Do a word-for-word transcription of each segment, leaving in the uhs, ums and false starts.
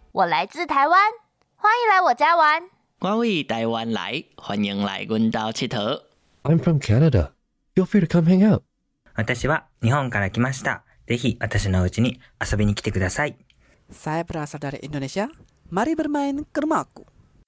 我来自台湾，欢迎来我家玩。 我为台湾来，欢迎来阮家佚佗。 I'm from Canada. Feel free to come hang out. 私は日本から来ました。ぜひ私の家に遊びに来てください。 Saya berasal dari Indonesia. Mari bermain ke rumahku.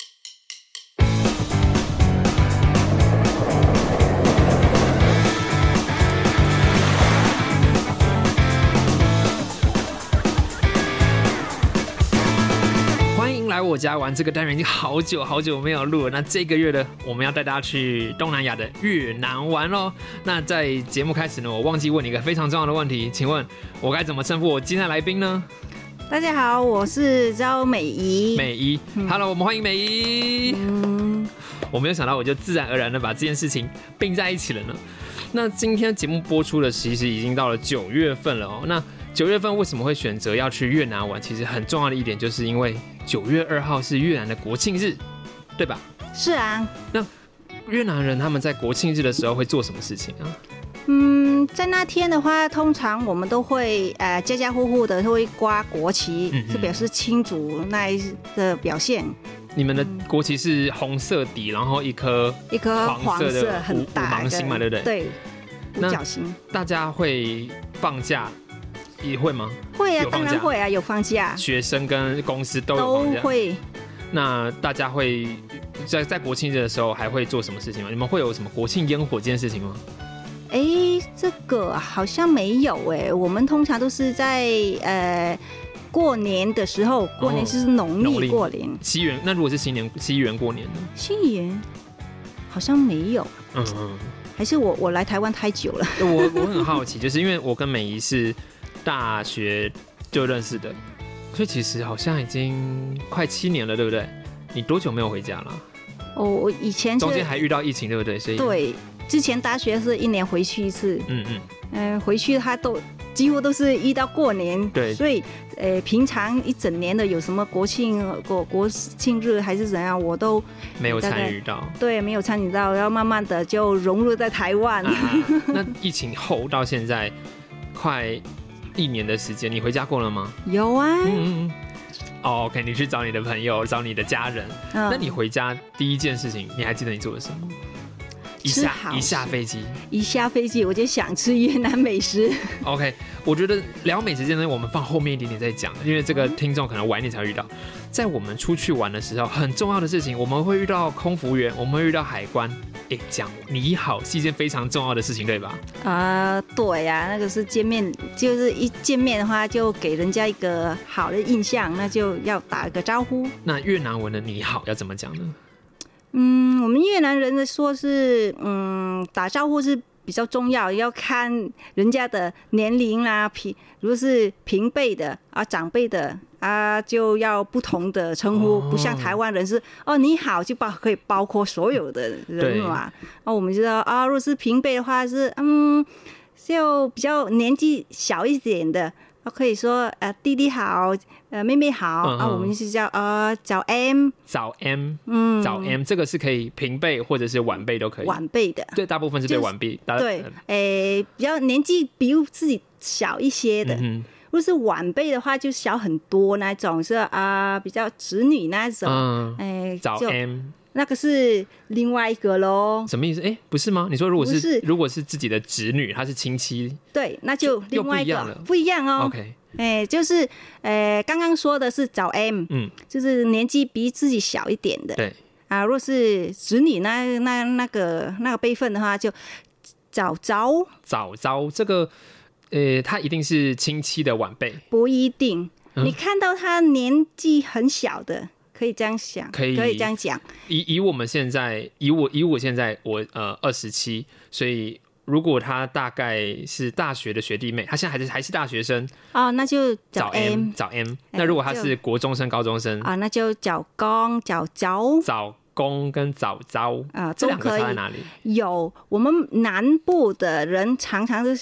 欢迎来我家玩，这个单元已经好久好久没有录了。那这个月呢，我们要带大家去东南亚的越南玩咯。那在节目开始呢，我忘记问你一个非常重要的问题，请问我该怎么称呼我今天的来宾呢？ 大家好，我是招美仪。 美仪、嗯、，Hello， 我们欢迎美仪。嗯，我没有想到，我就自然而然的把这件事情并在一起了呢。那今天节目播出的其实已经到了九月份了哦。那九月份为什么会选择要去越南玩？其实很重要的一点就是因为九月二号是越南的国庆日，对吧？ 是啊。 那越南人他们在国庆日的时候会做什么事情啊？ 嗯，在那天的话，通常我们都会呃家家户户的会挂国旗，嗯、是表示庆祝那一的表现。 你们的国旗是红色底，然后一颗一颗黄色的很大五芒星嘛，对不对？ 对，五角星。大家会放假？也会吗？ 会啊，当然会啊，有放假。 学生跟公司都有放假。 都会。 那大家会在在国庆日的时候还会做什么事情吗？你们会有什么国庆烟火这件事情吗？ 哎，这个好像没有哎，我们通常都是在呃过年的时候，过年是农历过年。哦、 西元，那如果是新年西元过年呢？ 西元好像没有。嗯嗯。还是我我来台湾太久了。 我我很好奇，就是因为我跟美仪是大学就认识的，所以其实好像已经快七年了，对不对？你多久没有回家了？ 哦，我以前中间还遇到疫情，对不对？所以对，之前大学是一年回去一次，嗯嗯，嗯、呃，回去他都几乎都是遇到过年， 对， 所以呃，平常一整年的有什么国庆、国国庆日还是怎样，我都没有参与到， 对，没有参与到，然后慢慢的就融入在台湾。啊、 那疫情后到现在快一年的时间，你回家过了吗？ 有啊。嗯嗯。哦 ，OK， 你去找你的朋友，找你的家人。嗯、那你回家第一件事情，你还记得你做了什么？一下一下飞机， 一下飞机我就想吃越南美食。 OK， 我觉得聊美食这件事我们放后面一点点再讲，因为这个听众可能晚一点才会遇到。在我们出去玩的时候，很重要的事情，我们会遇到空服员，我们会遇到海关。哎，讲你好是一件非常重要的事情，对吧？ 啊、呃，对呀、啊，那个是见面，就是一见面的话，就给人家一个好的印象，那就要打个招呼。 那越南文的你好要怎么讲呢？ 嗯，我们越南人的说是，嗯，打招呼是比较重要，要看人家的年龄啦、啊，平如果是平辈的啊、长辈的啊，就要不同的称呼，哦、不像台湾人是哦你好就包可以包括所有的人嘛。那、啊、我们知道啊，如果是平辈的话是嗯，就比较年纪小一点的。可以说呃弟弟好，呃妹妹好、嗯嗯、啊，我们是叫呃早 M 早 M 嗯早 M 这个是可以平辈或者是晚辈都可以， 晚辈的对， 大部分是对晚辈， 对，诶、呃、比较年纪比自己小一些的。嗯，如果是晚辈的话，就小很多那种是啊、呃，比较子女那种，嗯，哎早 M。 那个是另外一个咯， 什么意思？哎，不是吗？你说如果 是, 是如果是自己的侄女，她是亲戚， 对，那就另外一个又不一样了， 不一样哦。 OK， 哎，就是呃，刚刚说的是早 M， 嗯，就是年纪比自己小一点的， 对啊。若是侄女那那那个那个辈分的话，就早早早早这个，呃，他一定是亲戚的晚辈， 不一定。嗯、你看到他年纪很小的。可以这样想，可以可以这样讲。 以以我们现在，以我以我现在我呃二十七，所以如果他大概是大学的学弟妹，他现在还是还是大学生哦，那就早 M 早 M。那如果他是国中生、高中生啊，那就早公早早早公跟早早啊，这两个差在哪里？ 有我们南部的人常常是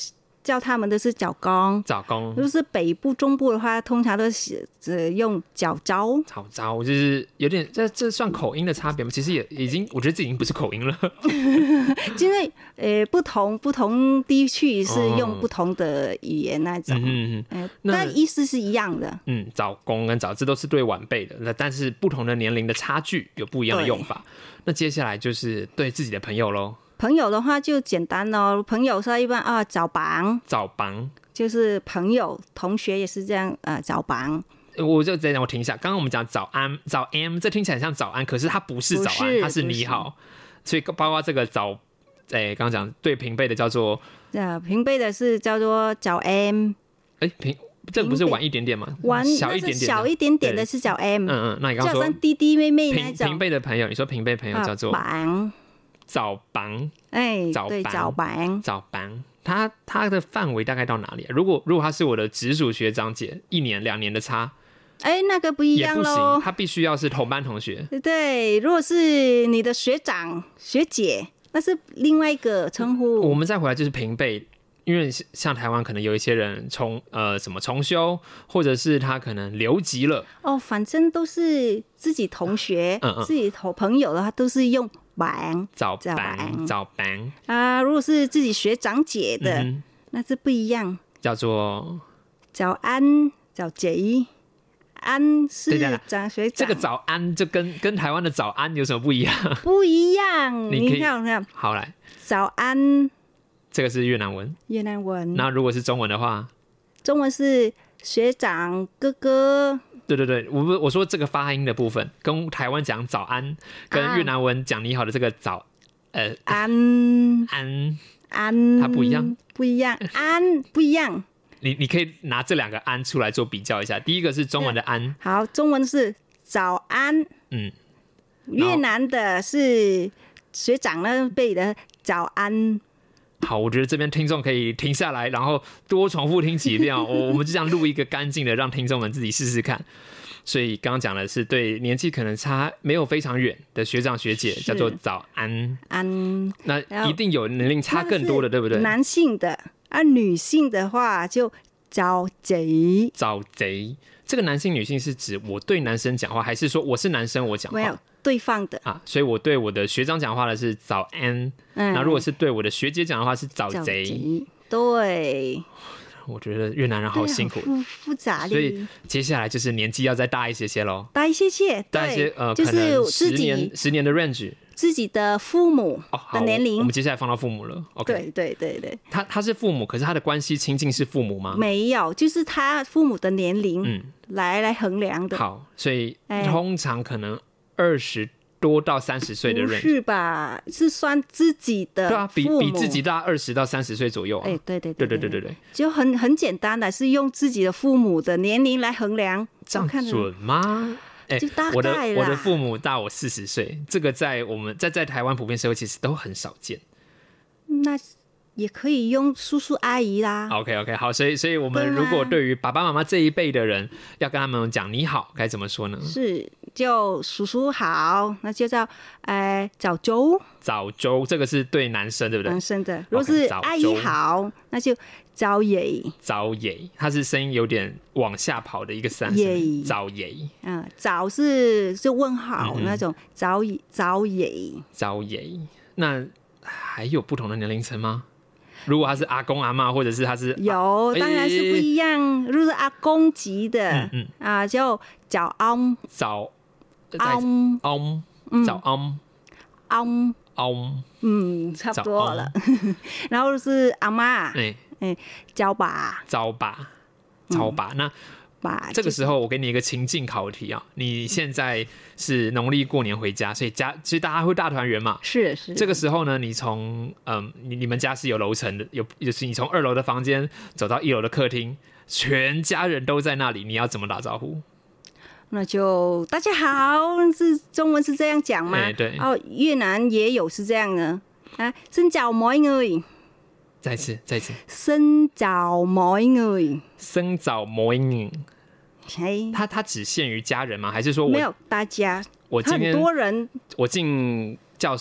叫他们的是早公， 早公如果是北部、中部的话，通常都是呃用早招。 早招就是有点这这算口音的差别吗？其实也已经，我觉得这已经不是口音了。 因为呃不同不同地区是用不同的语言那种， 嗯嗯嗯， 呃， 那但意思是一样的。 嗯，早公跟早，这都是对晚辈的，那但是不同的年龄的差距有不一样的用法。那接下来就是对自己的朋友咯。 朋友的话就简单咯，朋友说一般啊早帮， 早帮就是朋友，同学也是这样呃早帮。 我就再让我停一下，刚刚我们讲早安早 M， 这听起来像早安，可是它不是早安，它是你好，所以包括这个早，哎，刚刚讲对平辈的叫做呃平辈的是叫做早 M， 哎平这不是晚一点点吗？ 晚小一点点的， 小一点点的是早 M， 嗯嗯，那你刚刚说就好像弟弟妹妹那平种平辈的朋友，你说平辈朋友叫做帮， 早帮， 哎， 早对早帮早帮。他他的范围大概到哪里啊？如果如果他是我的直属学长姐，一年两年的差， 哎，那个不一也不样咯行，他必须要是同班同学。 对，如果是你的学长学姐，那是另外一个称呼。 我们再回来就是平辈，因为像台湾可能有一些人重呃什么重修，或者是他可能留级了。 哦，反正都是自己同学、 嗯嗯自己同朋友的话，都是用班早早班班早班啊。如果是自己学长姐的， 嗯、 那是不一样。 叫做早安、早姐，安是对的长学长。 这个早安就跟跟台湾的早安有什么不一样？ 不一样。 你可以你看，你看， 好来， 早安这个是越南文， 越南文， 那如果是中文的话， 中文是学长哥哥。 对对对，我我说这个发音的部分，跟台湾讲早安，跟越南文讲你好的这个早，呃安安， 安， 它不一样， 不一样，安不一样。 你你可以拿这两个安出来做比较一下。第一个是中文的安， 好，中文是早安， 嗯， 越南的是学长那辈的早安。 好，我觉得这边听众可以停下来，然后多重复听几遍哦。我我们就这样录一个干净的，让听众们自己试试看。所以刚刚讲的是对年纪可能差没有非常远的学长学姐叫做早安安， 那一定有年龄差更多的，对不对？ 男性的，而女性的话就早贼。 早贼，这个男性女性是指我对男生讲话，还是说我是男生我讲话？ 没有对方的啊，所以我对我的学长讲话的是早安， 嗯， 然后如果是对我的学姐讲的话是早贼。 对， 我觉得越南人好辛苦， 复复杂的。 所以接下来就是年纪要再大一些些咯， 大一些些， 大一些呃， 就是可能十自己年十年的 range。 自己的父母哦，好的年龄， 我们接下来放到父母了。OK， 对对对对， 他他是父母，可是他的关系亲近是父母吗？ 没有，就是他父母的年龄， 嗯， 来来衡量的。 好，所以哎通常可能二十多到三十岁的不 range， 是吧？是算自己的对啊，比父母比自己大二十到三十岁左右啊。 哎，对对对对对对对对， 就很很简单的，是用自己的父母的年龄来衡量， 这样看着准吗？哎、 就大概啦我的我的父母大我四十岁，这个在我们在在台湾普遍社会其实都很少见。 那也可以用叔叔阿姨啦。 OK OK， 好，所以所以我们对吗如果对于爸爸妈妈这一辈的人，要跟他们讲你好，该怎么说呢？ 是，就叔叔好，那就叫呃早周， 早周，这个是对男生对不对？ 男生的。如果是早周阿姨好，那就早爷， 早爷，他是声音有点往下跑的一个三声爷， 早爷， 嗯，早是就问号、 嗯嗯那种早爷早爷。 早爷。那还有不同的年龄层吗？如果他是阿公阿嬷，或者是他是有，当然是不一样。如果是阿公级的， 嗯嗯啊，就早翁早翁翁早翁翁， 翁， 嗯，差不多了。然后是阿妈， 哎哎，早爸早爸早爸。那爸， 这个时候我给你一个情境考题啊，你现在是农历过年回家，所以家其实大家会大团圆嘛。 是是这个时候呢，你从嗯，你你们家是有楼层的，有就是你从二楼的房间走到一楼的客厅，全家人都在那里，你要怎么打招呼？ 那就大家好，是中文是这样讲吗？ 哎对哦，越南也有是这样的啊，xin chào mọi người， 再一次，再一次， xin chào mọi người， 生早 morning， 嘿， 它它只限于家人吗？还是说我没有大家，很我今天多人， 我进教室，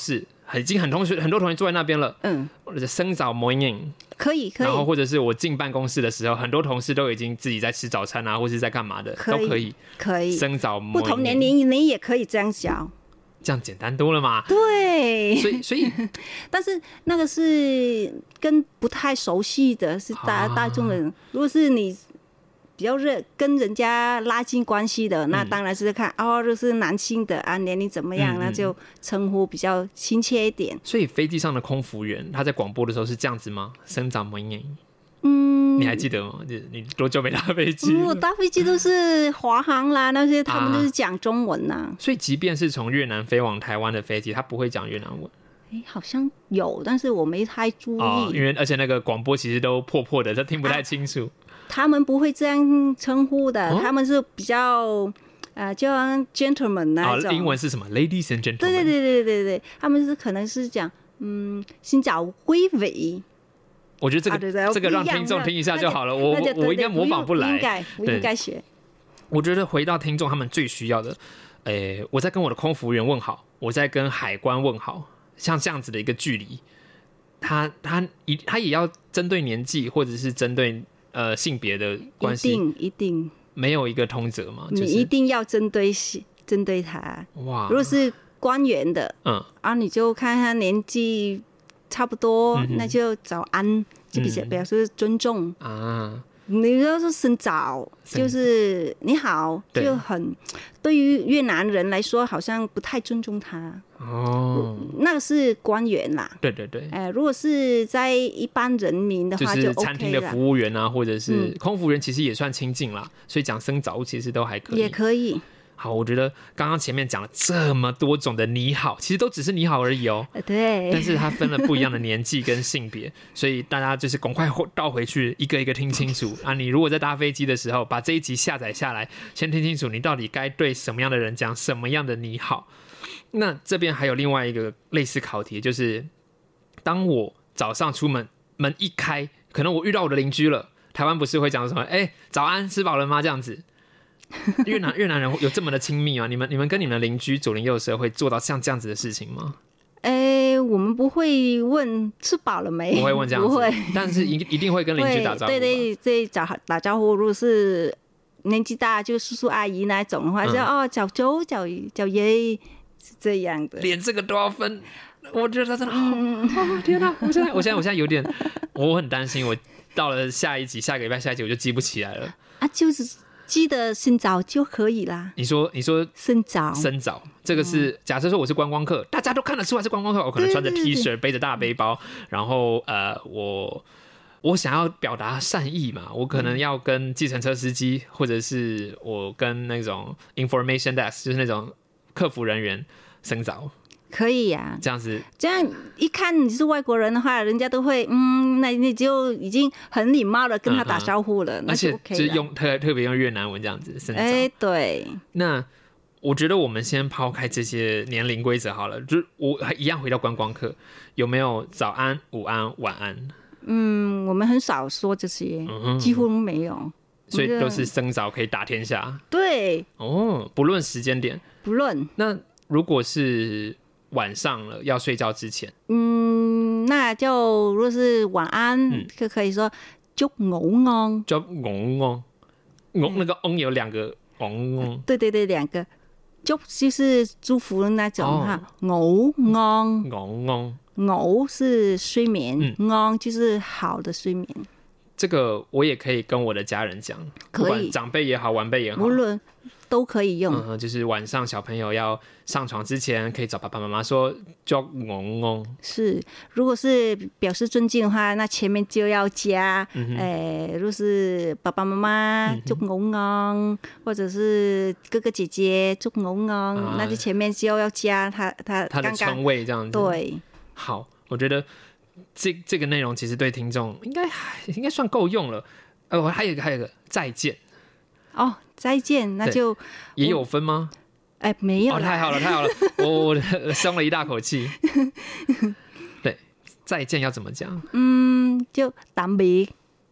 已经很同学很多同学坐在那边了， 嗯， 生早 morning， 可以可以， 然后或者是我进办公室的时候，很多同事都已经自己在吃早餐啊，或是在干嘛的， 可以都可以可以， 生早 morning， 不同年龄你也可以这样教， 这样简单多了嘛。 对， 所以所以但是那个是跟不太熟悉的是大、 啊、 大众的人，如果是你比较热跟人家拉近关系的，那当然是看、嗯、哦，就是男性的啊，年龄怎么样，嗯嗯那就称呼比较亲切一点。 所以飞机上的空服员他在广播的时候是这样子吗？生长模样？ 嗯， 你还记得吗？你多久没搭飞机？ 我搭飞机都是华航啦，那些他们都是讲中文呐、啊。 所以即便是从越南飞往台湾的飞机，他不会讲越南文。 哎，好像有，但是我没太注意。 哦，因为而且那个广播其实都破破的，他听不太清楚。啊他们不会这样称呼的，哦、他们是比较呃，就像 gentleman 那种。 哦，英文是什么 ？Ladies and gentlemen。 对对对对对对，他们是可能是讲嗯，xin chào quý vị。 我觉得这个、啊、對對這個讓聽眾聽一下就好了，我我我應該模仿不來。 應該我應該學。 我覺得回到聽眾他們最需要的，誒，我在跟我的空服員問好，我在跟海關問好，像這樣子的一個距離，他他一他也要針對年紀或者是針對。呃，性別的關係一定一定沒有一個通則嘛、就是， 你一定要針對針對他。 哇， 如果是官員的，嗯，啊，你就看他年紀差不多，嗯、那就早安，這個表示尊重、嗯、啊。你要是生早，就是你好，就很對於越南人來說，好像不太尊重他。哦，那個是官員啦。 對對對。 哎、呃，如果是在一般人民的話就 OK 啦， 就是餐廳的服務員啊，或者是空服員，其實也算親近啦。嗯、所以講生早其實都還可以。 也可以。 好，我覺得剛剛前面講了這麼多種的你好，其實都只是你好而已哦。 對。 但是它分了不一樣的年紀跟性別，所以大家就是趕快倒回去，一個一個聽清楚啊！你如果在搭飛機的時候，把這一集下載下來，先聽清楚你到底該對什麼樣的人講什麼樣的你好。那這邊還有另外一個類似考題，就是當我早上出門，門一開，可能我遇到我的鄰居了。台灣不是會講什麼？哎，早安，吃飽了嗎？這樣子。越南越南人有這麼的親密嗎？你們你們跟你們的鄰居左鄰右舍會做到像這樣子的事情嗎？ 哎，我們不會問吃飽了沒， 不會問這樣子， 不會， 但是一一定會跟鄰居打招呼。 對對對，打打招呼。如果是年紀大，就叔叔阿姨那種的話，就、嗯、哦，叫周叫叫爺是這樣的。 連這個都要分，我覺得真的好、嗯哦、天哪！我現在我現在我現在有點，我很擔心，我到了下一集下個禮拜下一集我就記不起來了啊，就是。記得生早就可以啦。 你說，你說生早， 生早，這個是、嗯、假設說我是觀光客，大家都看得出來是觀光客，我可能穿着 T 恤，背着大背包，然後呃，我我想要表達善意嘛，我可能要跟計程車司機，或者是我跟那種 information desk，就是那種客服人員生早。 可以呀、啊， 這樣子， 這樣一看你是外國人的話，人家都會，嗯，那你就已經很禮貌的跟他打招呼了，嗯嗯，那就 OK 了。而且就是用特特別用越南文這樣子生早。哎，對。那我覺得我們先拋開這些年齡規則好了，就我一樣回到觀光客，有沒有早安、午安、晚安？ 嗯，我們很少說這些，嗯、幾乎沒有。 所以都是生早可以打天下。 對。 哦，不論時間點。 不論。 那如果是晚上了要睡覺之前， 嗯，那就如果是晚安，嗯、就可以說祝午安， 祝午安，午那個安有兩個安， 對對對，兩個祝就是祝福的那種哈，午安， 午安， 午是睡眠，安、嗯、就是好的睡眠。 這個我也可以跟我的家人講，不管長輩也好，晚輩也好， 無論都可以用、 嗯。就是晚上小朋友要上床之前，可以找爸爸媽媽說祝午安。 是，如果是表示尊敬的話，那前面就要加，誒、嗯呃，如果是爸爸媽媽祝午安、嗯，或者是哥哥姐姐祝午安、啊，那就前面就要加他他他的稱謂這樣子。 對， 好，我覺得這這個內容其實對聽眾應該應該算夠用了。呃，還有一個還有一個再見。 哦，再見，那就也有分嗎？ 哎，沒有、哦。 太好了，太好了，我我鬆了一大口氣。對，再見要怎麼講？ 嗯，就tạm biệt，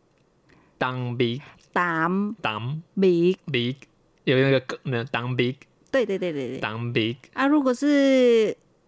tạm biệt， tạm tạm biệt， 別有那個那tạm biệt。 對對對對對， tạm biệt。 啊，如果是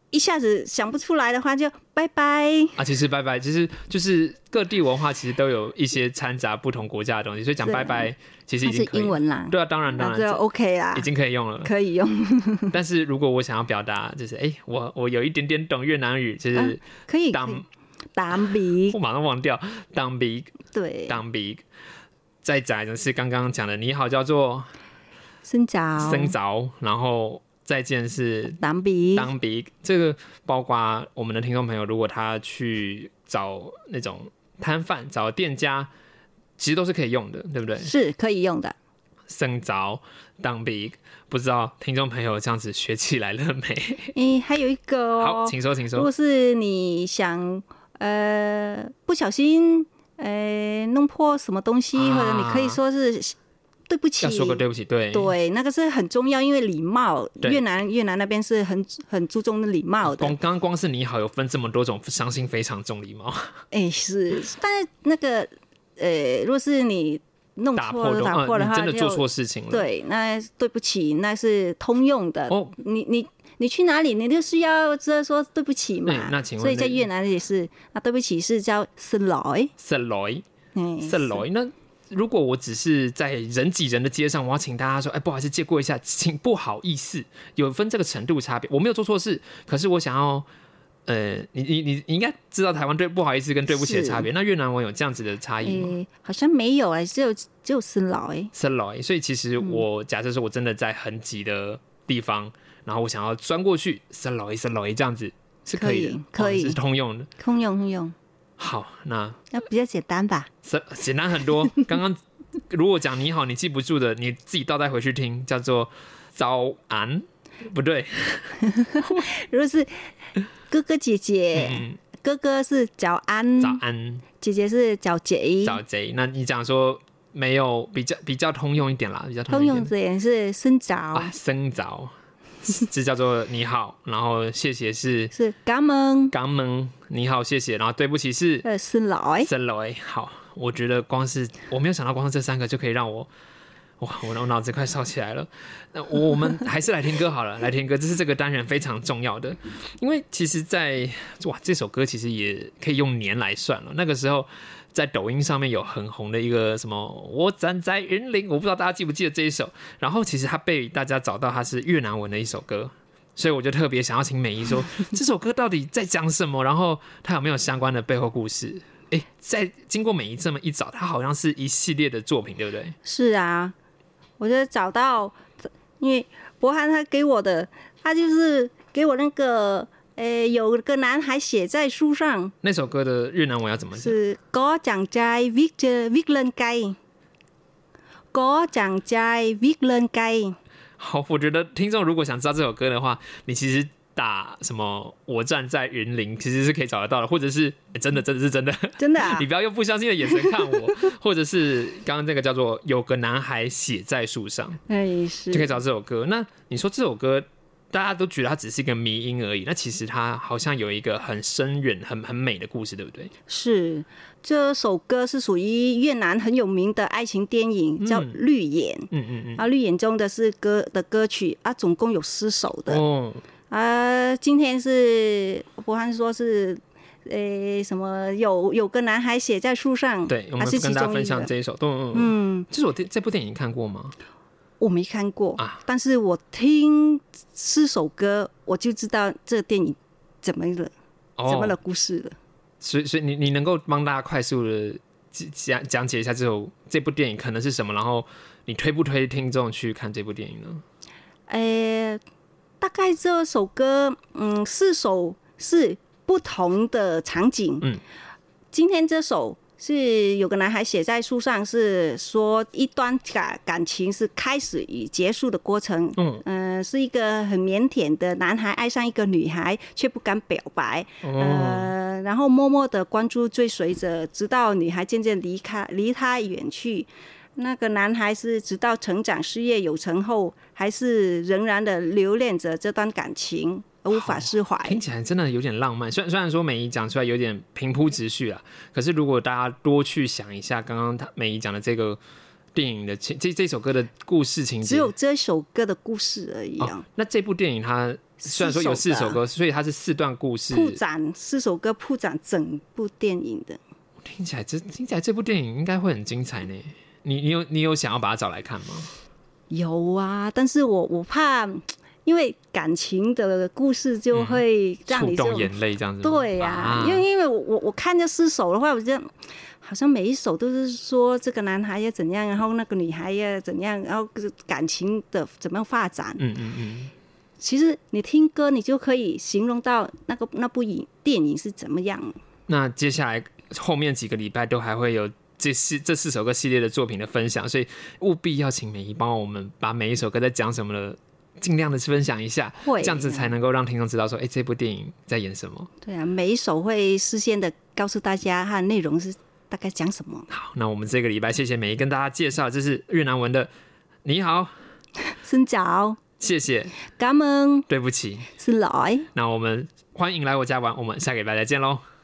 一下子想不出来的话，就拜拜啊。其实拜拜，其实就是各地文化其实都有一些掺杂不同国家的东西，所以讲拜拜其实已经可以。 是英文啦。 对啊，当然当然， 这 OK 啦， 已经可以用了， 可以用。 但是如果我想要表达，就是哎、欸，我我有一点点懂越南语，就是、啊、 可以当当比， 我马上忘掉当比， 对， 当比。再讲的是刚刚讲的你好，叫做生早生早，然后。再见是当比当比，这个包括我们的听众朋友，如果他去找那种摊贩、找店家，其实都是可以用的，对不对？ 是可以用的。 生早当比，不知道听众朋友这样子学起来了没？ 诶、欸，还有一个哦， 好，请说，请说。 如果是你想呃不小心呃弄破什么东西，啊、或者你可以说是。对不起， 要说个对不起，对对，那个是很重要，因为礼貌，越南越南那边是很很注重礼貌的。 光刚光是你好，有分这么多种，相信非常重礼貌。 哎、欸，是，但是那个呃，如果是你弄错了、打破了， 嗯、你真的做错事情了， 对，那对不起，那是通用的。哦，你你你去哪里，你就是要这说对不起嘛。 嗯、那请问， 所以在越南也是，那对不起是叫 xin lỗi，xin lỗi，xin lỗi，那。如果我只是在人挤人的街上，我要请大家说，哎，不好意思，借过一下，请不好意思，有分这个程度差别。我没有做错事，可是我想要，呃，你你你你应该知道台湾对不好意思跟对不起的差别。那越南文有这样子的差异吗？ 欸、好像没有哎、欸，只有只有xin lỗi， xin lỗi。所以其实我、嗯、假设说我真的在很挤的地方，然后我想要钻过去，xin lỗi xin lỗi这样子是可以的， 可以，可以哦、是通用的， 通用通用。 好，那要比较简单吧？ 简单很多。刚刚如果讲你好，你记不住的，你自己倒带回去听，叫做早安，不对。 如果是哥哥姐姐，嗯、哥哥是早安， 早安， 姐姐是早贼， 早贼。那你讲说没有比较比较通用一点啦，比较通用一点是生早啊，生早。这叫做你好，然后谢谢是是感恩， 感恩你好谢谢，然后对不起是呃xin lỗi， xin lỗi。好，我觉得光是我没有想到，光是这三个就可以让我哇，我我脑子快烧起来了。那我们还是来听歌好了，来听歌，这是这个单元非常重要的，因为其实在，在哇这首歌其实也可以用年来算了，那个时候。在抖音上面有很红的一个什么我站在云林，我不知道大家记不记得这一首，然后其实它被大家找到它是越南文的一首歌，所以我就特别想要请美仪说这首歌到底在讲什么，然后它有没有相关的背后故事。哎，在经过美仪这么一找，它好像是一系列的作品，对不对？ 是啊，我就找到，因为博翰他给我的，他就是给我那个呃，有个男孩写在书上。 那首歌的越南文要怎么讲？ 是có chàng trai viết viết lên cây， có chàng trai viết lên cây。 好，我觉得听众如果想知道这首歌的话，你其实打什么“我站在云林”其实是可以找得到的，或者是、欸、真的真的是真的真的、啊， 你不要用不相信的眼神看我，或者是刚刚那个叫做“有个男孩写在树上”， 哎是， 就可以找到这首歌。那你说这首歌？大家都觉得它只是一个迷因而已，那其实它好像有一个很深远、很很美的故事，对不对？ 是，这首歌是属于越南很有名的爱情电影，叫《绿眼》。 嗯嗯嗯。 啊，《绿眼》中的是歌的歌曲啊，总共有四首的。 哦。 啊，今天是博翰说是，呃，什么有有个男孩写在树上， 对，我们跟大家分享这一首。嗯嗯。这首这部电影你看过吗？ 我没看过、 啊、 但是我听四首歌，我就知道这个电影怎么了，哦、怎么了故事了。 所以，所以你你能够帮大家快速的讲讲解一下这首这部电影可能是什么？然后你推不推听众去看这部电影呢？ 呃，大概这首歌，嗯，四首是不同的场景。 嗯， 今天这首。是有个男孩写在书上，是说一段感感情是开始与结束的过程。 嗯， 呃，是一个很腼腆的男孩爱上一个女孩，却不敢表白。 哦、 呃，然后默默的关注追随着，直到女孩渐渐离开，离他远去。那个男孩是直到成长、事业有成后，还是仍然的留恋着这段感情。无法释怀， 听起来真的有点浪漫。虽然虽然说美仪讲出来有点平铺直叙啦，可是如果大家多去想一下，刚刚美仪讲的这个电影的情这这首歌的故事情节？ 只有这首歌的故事而已啊。 哦、那这部电影它虽然说有四首歌，所以它是四段故事， 铺展四首歌铺展整部电影的。 听起来这听起来这部电影应该会很精彩呢。你你有你有想要把它找来看吗？ 有啊，但是我我怕。因为感情的故事就会让你触动眼泪，这样子。 对呀、啊啊，因为因为我我我看这四首的话，我觉得好像每一首都是说这个男孩要怎样，然后那个女孩要怎样，然后感情的怎么样发展。 嗯嗯嗯。 其实你听歌，你就可以形容到那个那部影电影是怎么样。 那接下来后面几个礼拜都还会有这四这四首歌系列的作品的分享，所以务必要请美仪帮我们把每一首歌在讲什么的。尽量的分享一下，这样子才能够让听众知道说，哎、欸，这部电影在演什么。 对啊，每一首会事先的告诉大家它的内容是大概讲什么。 好，那我们这个礼拜谢谢美仪跟大家介绍，这是越南文的你好， xin chào， 谢谢， 感恩， 对不起， xin lỗi。 那我们欢迎来我家玩，我们下个礼拜再见喽。